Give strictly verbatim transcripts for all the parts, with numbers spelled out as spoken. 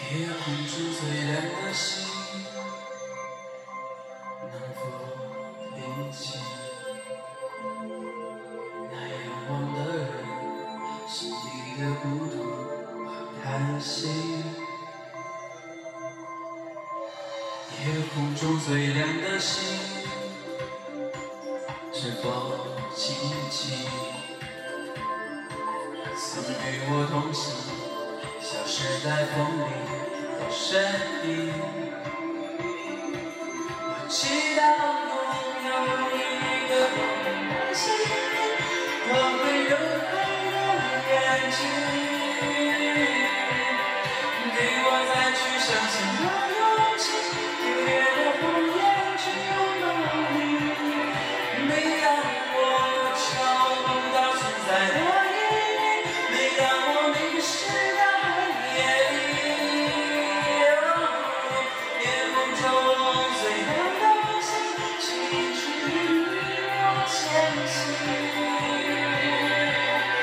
夜空中最亮的星，能否听清那仰望的人心底的孤独和叹息？夜空中最亮的星，是否记起曾与我同行，消失在风里的身影？我祈祷拥有一个空心和会融化的眼睛，给我再去相信的勇气，越越的谎言只有努力，每当我找不到存在的意义，每当我迷失的夜里，夜空中最亮的星，请指引我前行。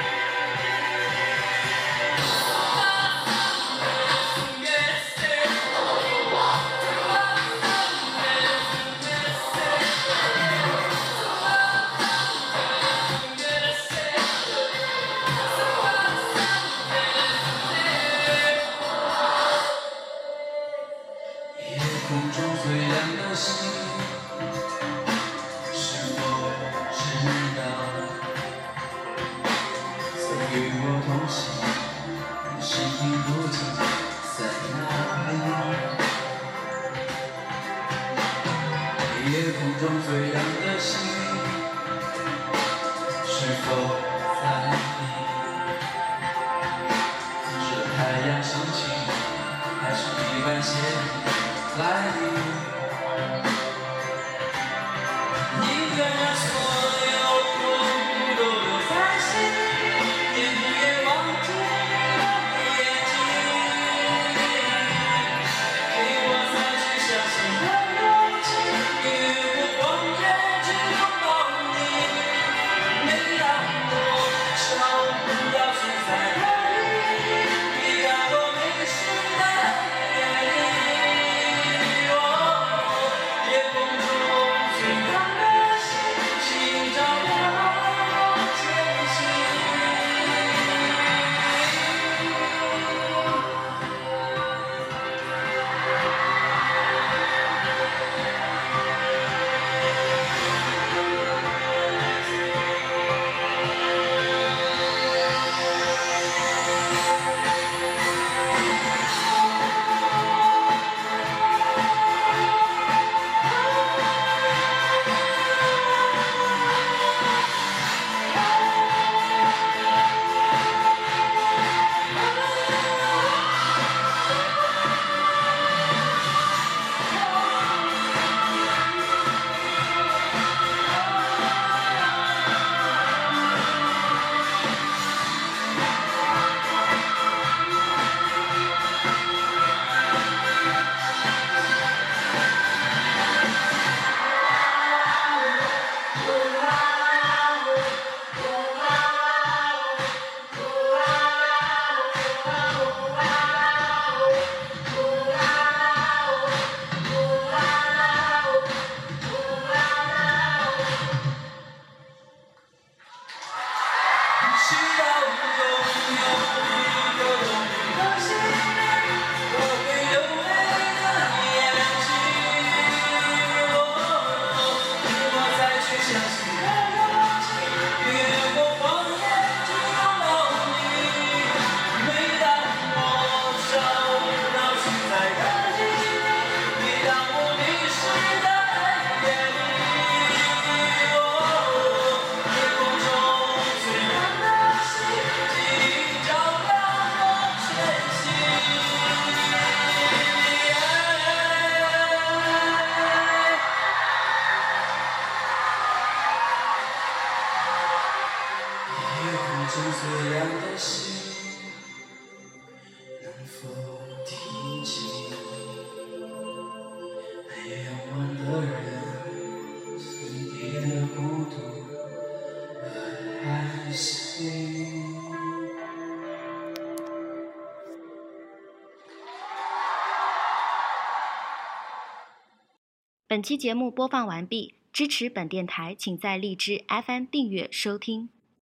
本期节目播放完毕，支持本电台，请在荔枝 F M 订阅收听。